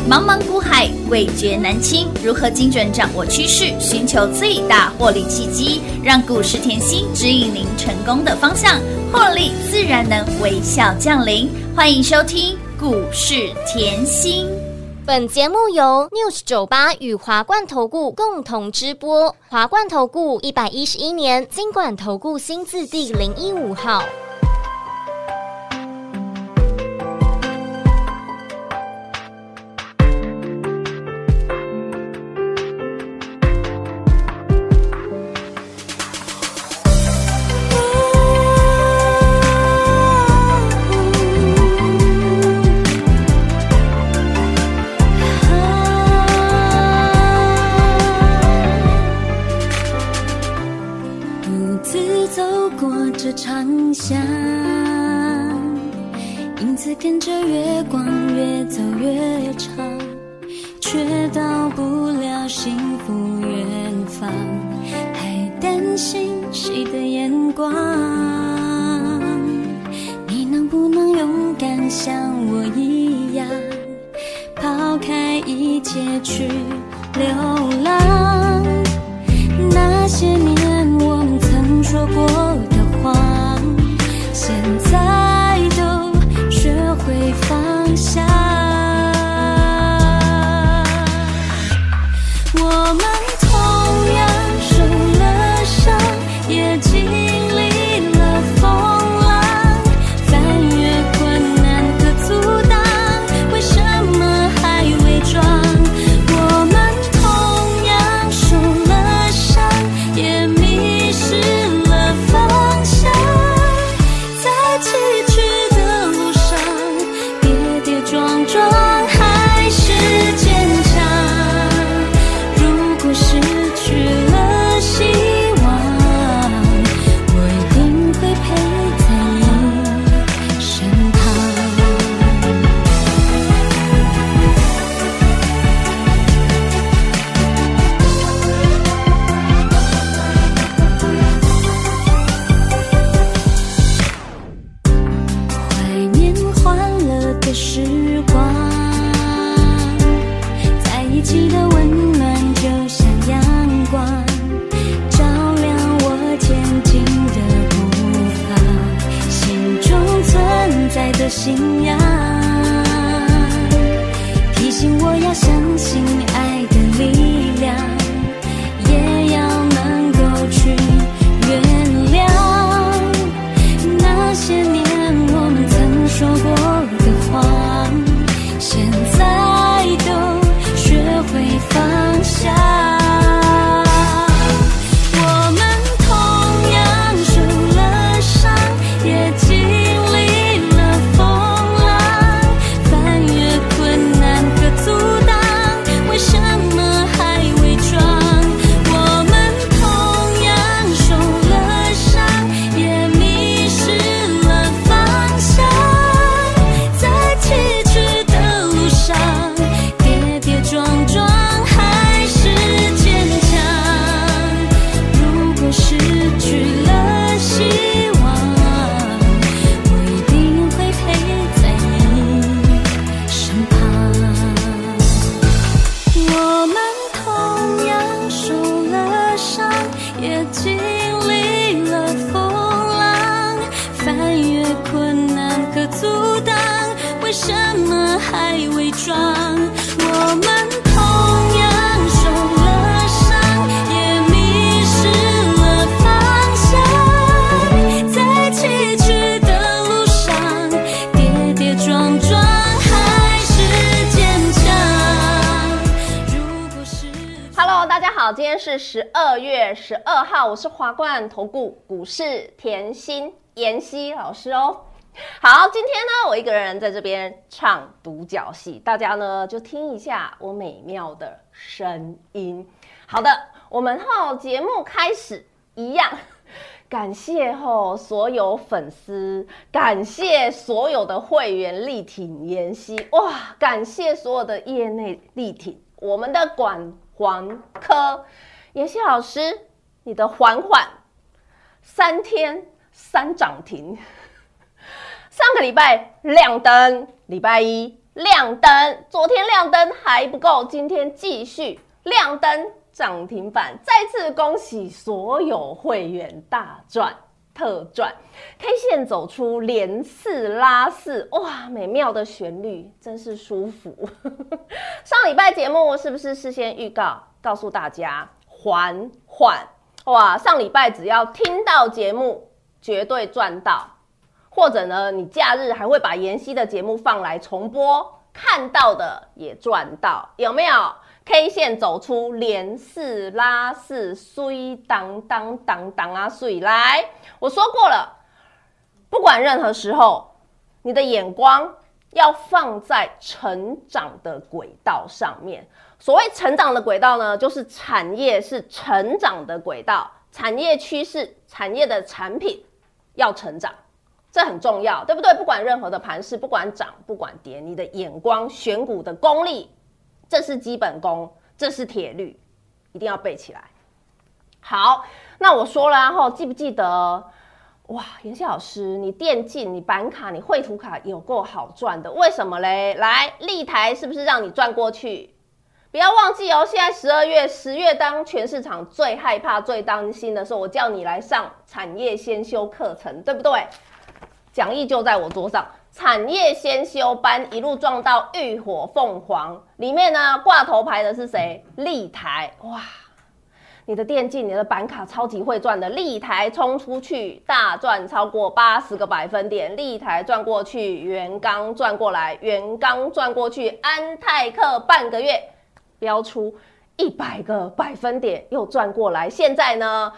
茫茫股海，味觉难清。如何精准掌握趋势，寻求最大获利契机，让股市甜心指引您成功的方向，获利自然能微笑降临。欢迎收听股市甜心。 本节目由 News98 与华冠投顾共同直播。华冠投顾111年金管投顾新字第015号。 长巷，影子跟着月光越走越长，却到不了幸福远方，还担心谁的眼光。你能不能勇敢像我一样，抛开一切去流浪？那些年我们曾说过现在都学会放下，我们同样受了伤，也经历了风浪，翻越困难和阻挡，为什么还伪装？我们同样受了伤，也迷失了方向，崎岖的路上，跌跌撞撞还是坚强。如果失去了希望，我一定会陪在你身旁。时光在一起的温暖，就像阳光，照亮我前进的步伐，心中存在的信仰，提醒我要相信爱的力量，也要能够去原谅那些年我们曾说过现在都学会放下，我们同样受了伤，也经历了风浪，翻越困难和阻挡，为什么还伪装？我们同样受了伤，也迷失了方向，在崎岖的路上，跌跌撞撞还是坚强。如果失去了希望，我一定会陪在你身旁。我们同样受了伤，也经历了风浪，翻越困难和阻挡，为什么还伪装？我们同样受了伤，也迷失了方向，在崎岖的路上，跌跌撞撞还是坚强。如果是 Hello， 大家好，今天是12月12号，我是华冠投顾股市甜心妍希老师哦。好，今天呢，我一个人在这边唱独角戏，大家呢就听一下我美妙的声音。好的，我们节目开始一样，感谢所有粉丝，感谢所有的会员力挺妍希，哇，感谢所有的业内力挺我们的管环科妍希老师，你的缓3天3涨停。上个礼拜亮灯，礼拜一亮灯，昨天亮灯还不够，今天继续亮灯涨停板，再次恭喜所有会员大赚特赚 ，K 线走出连四拉四，哇，美妙的旋律，真是舒服。上礼拜节目是不是事先预告诉大家缓缓？哇，上礼拜只要听到节目，绝对赚到。或者呢，你假日还会把妍希的节目放来重播，看到的也赚到，有没有 ？K 线走出连四拉四，水当当当当啊水来！我说过了，不管任何时候，你的眼光要放在成长的轨道上面。所谓成长的轨道呢，就是产业是成长的轨道，产业趋势、产业的产品要成长。这很重要，对不对？不管任何的盘势，不管涨不管跌，你的眼光、选股的功力，这是基本功，这是铁律，一定要背起来。好，那我说了后，记不记得？哇，妍希老师，你电竞、你板卡、你绘图卡有够好赚的，为什么嘞？来，立台是不是让你赚过去？不要忘记哦，现在10月当全市场最害怕、最担心的时候，我叫你来上产业先修课程，对不对？讲义就在我桌上，产业先修班一路撞到浴火凤凰，里面呢挂头牌的是谁？立台，哇！你的电竞、你的板卡超级会赚的，立台冲出去大赚超过80个百分点，立台赚过去，元刚赚过来，元刚赚过去，安泰克半个月飙出100个百分点又赚过来，现在呢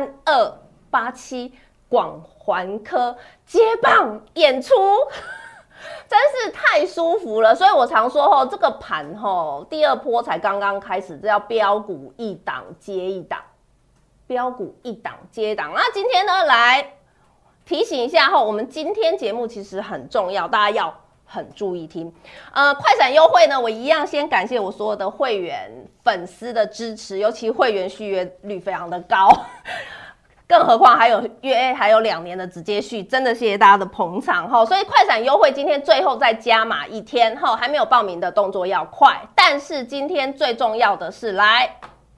3287。广环科接棒演出，真是太舒服了。所以我常说这个盘第二波才刚刚开始，这叫标股一档接一档，标股一档接一档。那今天呢，来提醒一下我们今天节目其实很重要，大家要很注意听。快闪优惠呢，我一样先感谢我所有的会员粉丝的支持，尤其会员续约率非常的高。更何况还有2年的直接续，真的谢谢大家的捧场所以快闪优惠今天最后再加码1天还没有报名的动作要快。但是今天最重要的是来，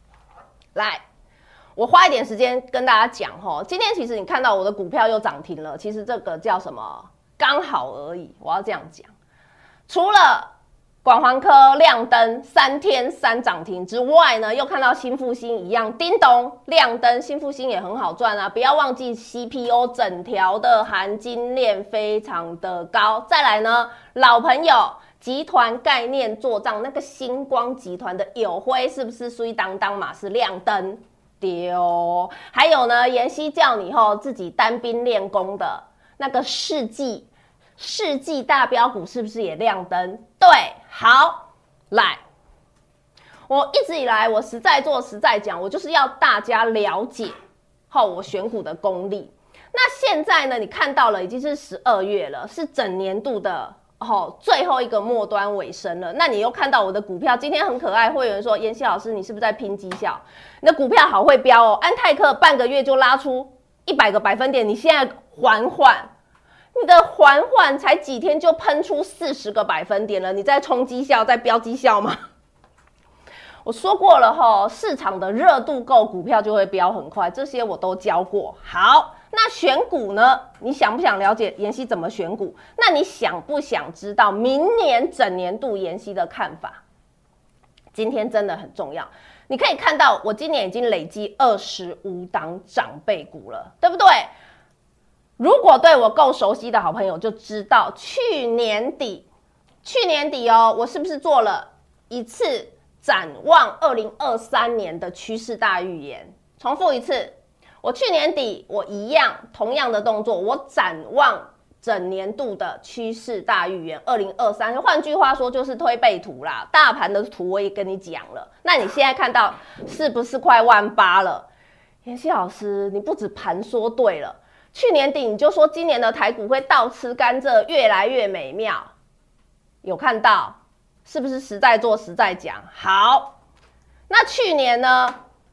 我花一点时间跟大家讲今天其实你看到我的股票又涨停了，其实这个叫什么？刚好而已，我要这样讲。除了广环科亮灯3天3涨停之外呢，又看到新复兴一样，叮咚亮灯，新复兴也很好赚啊！不要忘记 CPO 整条的含金量非常的高。再来呢，老朋友集团概念做账，那个星光集团的友辉是不是水当当嘛？是亮灯丢。还有呢，妍希叫你自己单兵练功的那个世纪大标股是不是也亮灯？对，好，来，我一直以来我实在做实在讲，我就是要大家了解我选股的功力。那现在呢，你看到了已经是12月了，是整年度的最后一个末端尾声了。那你又看到我的股票今天很可爱，会有人说妍希老师你是不是在拼绩效？你的股票好会飙安泰克半个月就拉出100个百分点，你现在缓缓。你的缓缓才几天就喷出40个百分点了，你在冲绩效，在飙绩效吗？我说过了市场的热度够，股票就会飙很快，这些我都教过。好，那选股呢？你想不想了解妍希怎么选股？那你想不想知道明年整年度妍希的看法？今天真的很重要。你可以看到，我今年已经累积25档长辈股了，对不对？如果对我够熟悉的好朋友就知道，去年底我是不是做了一次展望2023年的趋势大预言？重复一次，我去年底我一样同样的动作，我展望整年度的趋势大预言2023，换句话说就是推背图啦，大盘的图我也跟你讲了。那你现在看到是不是快18000了？妍希老师，你不止盘说对了。去年底你就说今年的台股会倒吃甘蔗，越来越美妙，有看到是不是实在做实在讲？好，那去年呢？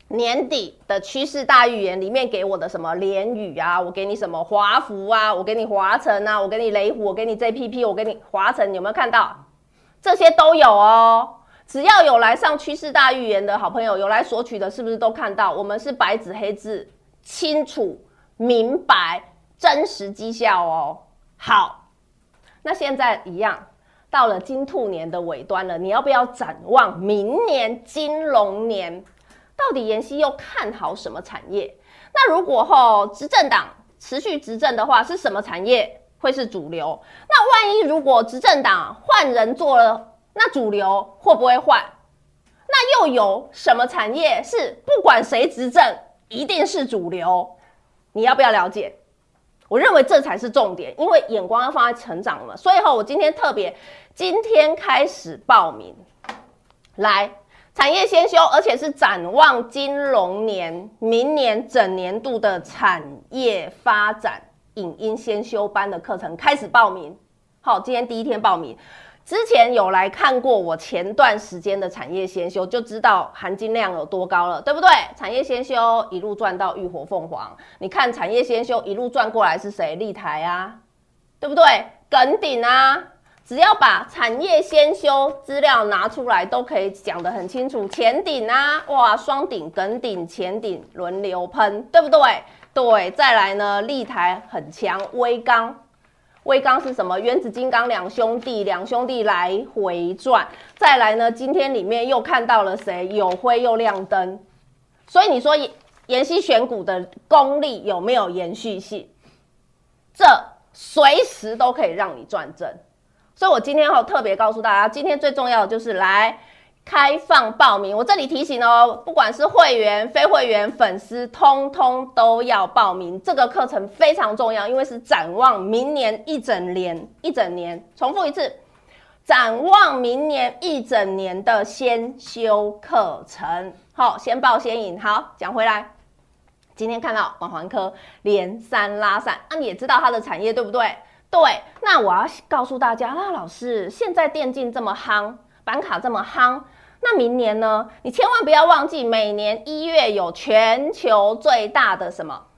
年底的趋势大预言里面给我的什么联宇啊，我给你什么华孚啊，我给你华城啊，我给你雷虎，我给你 JPP， 我给你华城，你有没有看到？这些都有哦。只要有来上趋势大预言的好朋友，有来索取的，是不是都看到？我们是白纸黑字，清楚明白，真实绩效哦。好，那现在一样，到了金兔年的尾端了，你要不要展望明年金龙年？到底妍希又看好什么产业？那如果执政党持续执政的话，是什么产业会是主流？那万一如果执政党换人做了，那主流会不会换？那又有什么产业是不管谁执政一定是主流？你要不要了解？我认为这才是重点，因为眼光要放在成长了。所以我今天特别，今天开始报名来。产业先修，而且是展望金龙年明年整年度的产业发展影音先修班的课程开始报名。好，今天第一天报名。之前有来看过我前段时间的产业先修，就知道含金量有多高了，对不对？产业先修一路赚到浴火凤凰，你看产业先修一路赚过来是谁？立台啊，对不对？耿鼎啊。只要把产业先修资料拿出来，都可以讲得很清楚。前顶啊，哇，双顶、耿鼎、前顶轮流喷，对不对？对，再来呢，立台很强，威刚是什么？原子金刚两兄弟来回转。再来呢，今天里面又看到了谁？有辉又亮灯。所以你说妍希选股的功力有没有延续性？这随时都可以让你赚正。所以我今天特别告诉大家，今天最重要的就是来开放报名。我这里提醒哦，不管是会员、非会员、粉丝，通通都要报名。这个课程非常重要，因为是展望明年一整年。重复一次，展望明年一整年的先修课程。好，先报先赢。好，讲回来，今天看到广环科连三拉散，你也知道它的产业对不对？对，那我要告诉大家，老师，现在电竞这么夯，板卡这么夯，那明年呢？你千万不要忘记，每年1月有全球最大的什么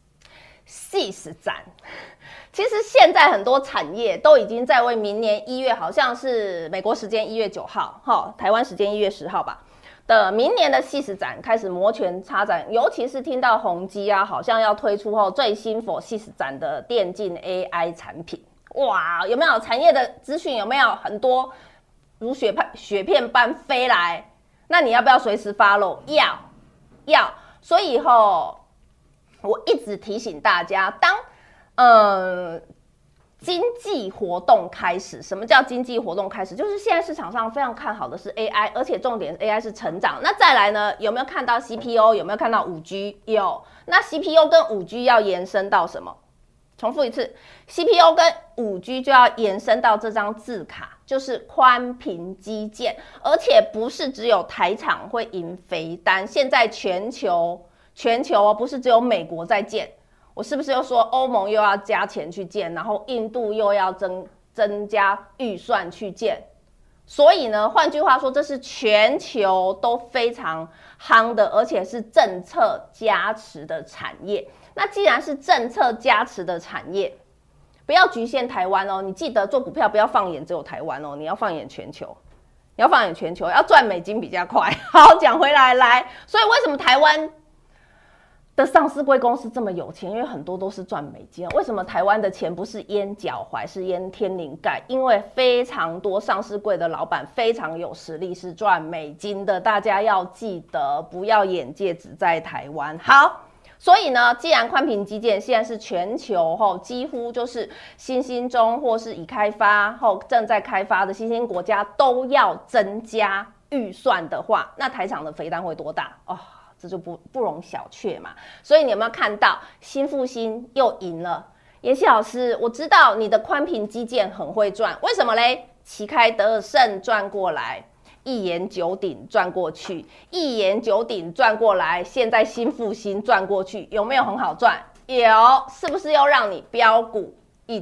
CES展。其实现在很多产业都已经在为明年1月，好像是美国时间1月9号，台湾时间1月10号吧。的明年的CES展开始摩拳擦掌，尤其是听到宏基啊，好像要推出最新 for CES展的电竞 AI 产品，哇，有没有产业的资讯？有没有很多如雪片般飞来？那你要不要随时 follow？ 要。所以我一直提醒大家，当经济活动开始，什么叫经济活动开始？就是现在市场上非常看好的是 AI， 而且重点是 AI 是成长。那再来呢？有没有看到 CPO？ 有没有看到 5G？ 有。那 CPO 跟 5G 要延伸到什么？重复一次 ，CPO 跟 5G 就要延伸到这张字卡，就是宽频基建，而且不是只有台厂会赢肥单，现在全球不是只有美国在建。我是不是又说欧盟又要加钱去建，然后印度又要增加预算去建？所以呢，换句话说，这是全球都非常夯的，而且是政策加持的产业。那既然是政策加持的产业，不要局限台湾哦。你记得做股票不要放眼只有台湾哦，你要放眼全球，要赚美金比较快。好，讲回来，所以为什么台湾的上市柜公司这么有钱？因为很多都是赚美金。为什么台湾的钱不是淹脚踝，是淹天灵盖？因为非常多上市柜的老板非常有实力，是赚美金的。大家要记得，不要眼界只在台湾。好，所以呢，既然宽频基建现在是全球几乎就是新兴中或是已开发正在开发的新兴国家都要增加预算的话，那台厂的肥单会多大哦？这就不容小觑嘛。所以你有没有看到新复兴又赢了？妍希老师，我知道你的宽频基建很会赚，为什么嘞？旗开得胜赚过来，一言九鼎赚过去，一言九鼎赚过来，现在新复兴赚过去，有没有很好赚？有，是不是又让你标股一档？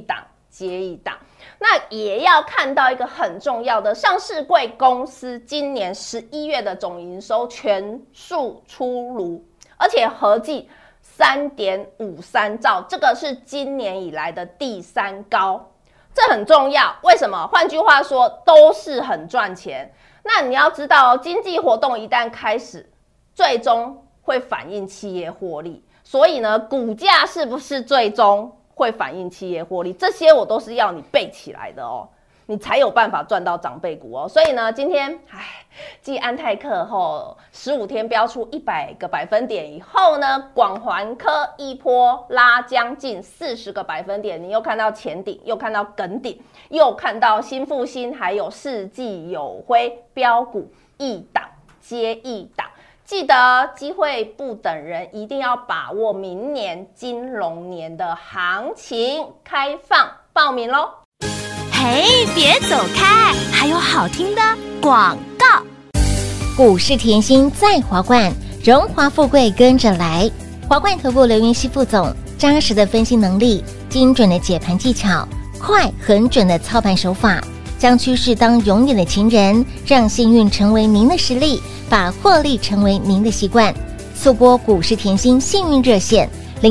接一档。那也要看到一个很重要的，上市柜公司今年11月的总营收全数出炉，而且合计3.53兆，这个是今年以来的第3高，这很重要。为什么？换句话说，都是很赚钱。那你要知道，经济活动一旦开始，最终会反映企业获利，所以呢，股价是不是最终会反映企业获利？这些我都是要你背起来的哦，你才有办法赚到长辈股哦。所以呢，今天继安泰克后15天飙出100个百分点以后呢，广环科一波拉将近40个百分点，你又看到前顶，又看到梗顶，又看到新复兴，还有世纪友辉标股一档接一档。记得机会不等人，一定要把握明年金龙年的行情，开放报名咯。 嘿，别走开，还有好听的广告。 股市甜心在华冠，荣华富贵跟着来。华冠投顾刘云熙副总，扎实的分析能力，精准的解盘技巧，快很准的操盘手法，将趋势当永远的情人，让幸运成为您的实力，把获利成为您的习惯。速播股市甜心幸运热线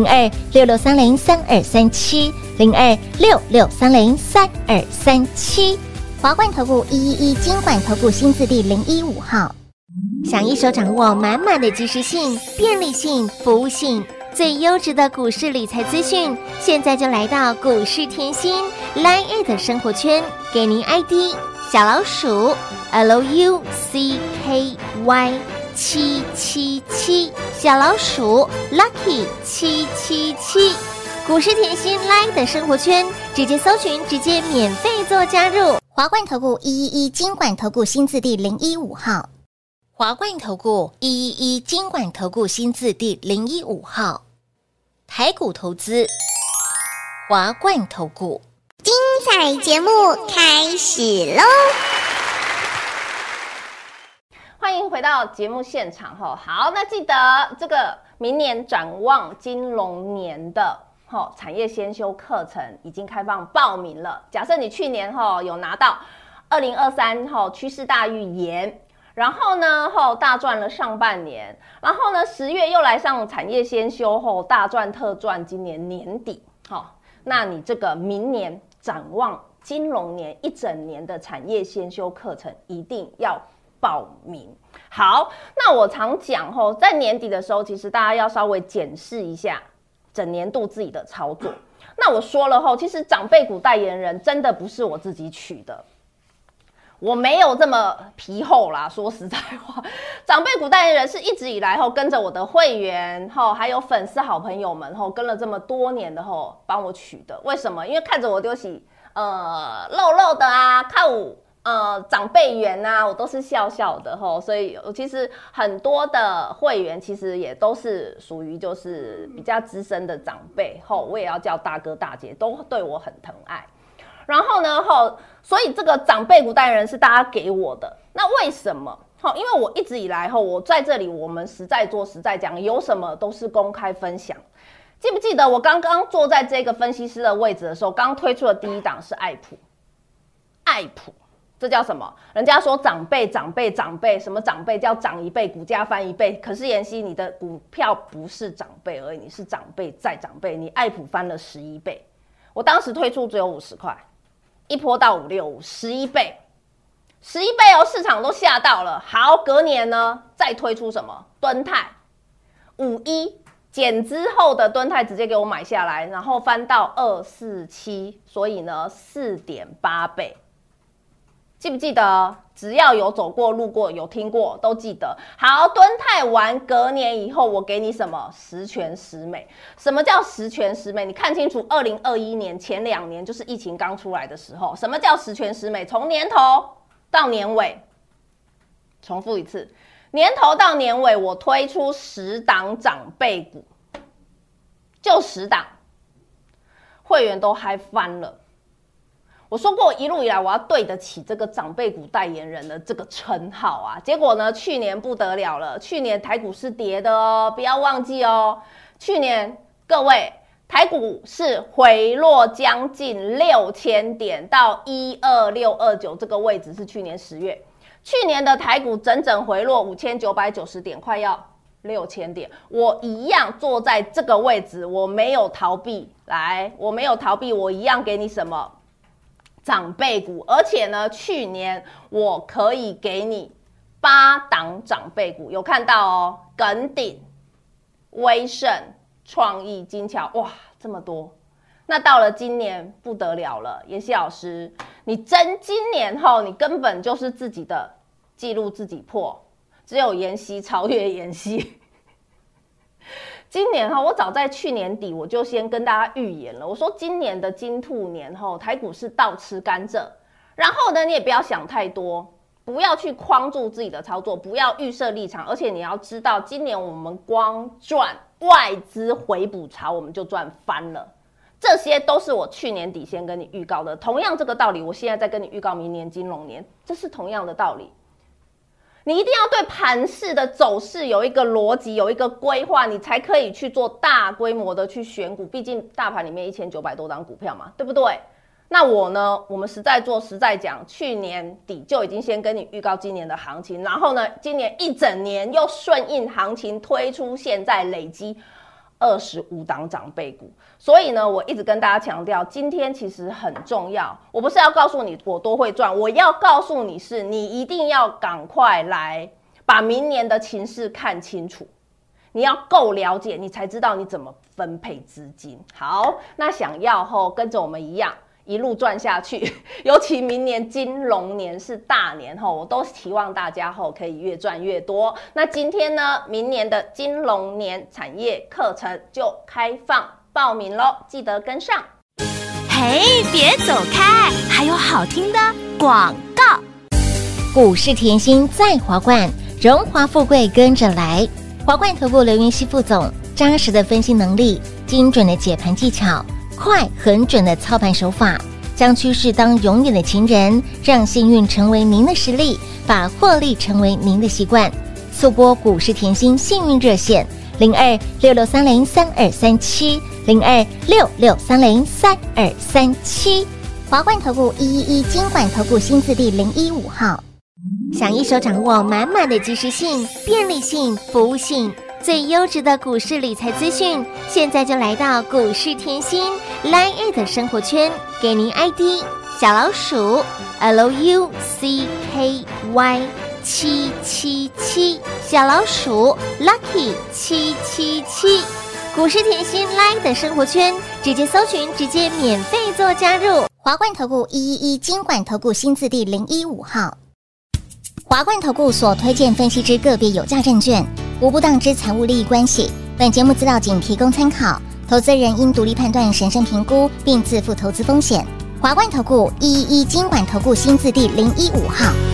02-6630-3237，02-6630-3237。华冠投顾111金管投顾新字第015号。想一手掌握满满的及时性、便利性、服务性，最优质的股市理财资讯，现在就来到股市甜心 LINE@ 的生活圈，给您 ID 小老鼠 LUCKY777，小老鼠 Lucky 777，股市甜心 LINE 的生活圈，直接搜寻，直接免费做加入。华冠投顾111金管投顾新字第015号。华冠投顾111金管投顾新字第015号，台股投资，华冠投顾。精彩节目开始喽！ 欢迎回到节目现场吼。好，那记得这个明年展望金龙年的产业先修课程已经开放报名了。假设你去年有拿到2023趋势大预言。然后呢，大赚了上半年，然后呢，10月又来上产业先修后大赚特赚，今年年底，那你这个明年展望金龙年一整年的产业先修课程一定要报名。好，那我常讲在年底的时候，其实大家要稍微检视一下整年度自己的操作。那我说了其实长辈股代言人真的不是我自己取的。我没有这么皮厚啦，说实在话，长辈股代言人是一直以来跟着我的会员还有粉丝好朋友们跟了这么多年的帮我取的。为什么？因为看着我丢起肉肉的啊，看我长辈缘啊，我都是笑笑的所以其实很多的会员其实也都是属于就是比较资深的长辈我也要叫大哥大姐，都对我很疼爱。然后呢所以这个长辈股代言人是大家给我的。那为什么？因为我一直以来我在这里我们实在做实在讲，有什么都是公开分享。记不记得我刚刚坐在这个分析师的位置的时候，刚推出的第一档是爱普。爱普这叫什么？人家说长辈什么长辈叫涨一倍股价翻一倍，可是妍希你的股票不是长辈而已，你是长辈再长辈，你爱普翻了11倍。我当时推出只有50块，一波到565，11倍，11倍市场都吓到了。好，隔年呢再推出什么？敦泰51减之后的敦泰直接给我买下来，然后翻到247，所以呢4.8倍。记不记得？只要有走过路过有听过都记得。好，敦泰完隔年以后，我给你什么十全十美？什么叫十全十美？你看清楚，2021年前2年就是疫情刚出来的时候。什么叫十全十美？从年头到年尾，重复一次，年头到年尾，我推出10档长辈股，就10档，会员都嗨翻了。我说过，一路以来我要对得起这个长辈股代言人的这个称号啊。结果呢，去年不得了了，去年台股是跌的不要忘记去年各位台股是回落将近6000点到12629这个位置，是去年10月。去年的台股整整回落5990点，快要6000点。我一样坐在这个位置，我没有逃避，我没有逃避，我一样给你什么长辈股，而且呢，去年我可以给你8档长辈股，有看到哦，耿鼎、威盛、创意、精巧，哇，这么多。那到了今年不得了了，妍希老师，你今年后你根本就是自己的记录自己破，只有妍希超越妍希。今年我早在去年底我就先跟大家预言了，我说今年的金兔年台股是倒吃甘蔗，然后呢，你也不要想太多，不要去框住自己的操作，不要预设立场，而且你要知道，今年我们光赚外资回补潮，我们就赚翻了。这些都是我去年底先跟你预告的，同样这个道理，我现在在跟你预告明年金龙年，这是同样的道理。你一定要对盘势的走势有一个逻辑，有一个规划，你才可以去做大规模的去选股。毕竟大盘里面1900多档股票嘛，对不对？那我呢，我们实在做实在讲，去年底就已经先跟你预告今年的行情，然后呢，今年一整年又顺应行情推出，现在累积25档长辈股。所以呢，我一直跟大家强调，今天其实很重要。我不是要告诉你我多会赚，我要告诉你是，你一定要赶快来把明年的情势看清楚。你要够了解，你才知道你怎么分配资金。好，那想要跟着我们一样一路赚下去，尤其明年金龙年是大年我都期望大家可以越赚越多。那今天呢，明年的金龙年产业课程就开放报名咯，记得跟上。 嘿，别走开，还有好听的广告。 股市甜心在华冠，荣华富贵跟着来。华冠投顾刘云熙副总，扎实的分析能力，精准的解盘技巧，快很准的操盘手法，将趋势当永远的情人，让幸运成为您的实力，把获利成为您的习惯。速播股市甜心幸运热线02-6630-3237，02-6630-3237。华冠投顾111金管投顾新字第015号。想一手掌握满满的及时性、便利性、服务性，最优质的股市理财资讯，现在就来到股市甜心 LINE@ 的生活圈，给您 ID 小老鼠 LUCKY777，小老鼠 Lucky 777，股市甜心 LINE@ 的生活圈，直接搜寻，直接免费做加入。华冠投顾111金管投顾新字第015号。华冠投顾所推荐分析之个别有价证券，无不当之财务利益关系。本节目资料仅提供参考，投资人应独立判断、审慎评估，并自负投资风险。华冠投顾111金管投顾新字第015号。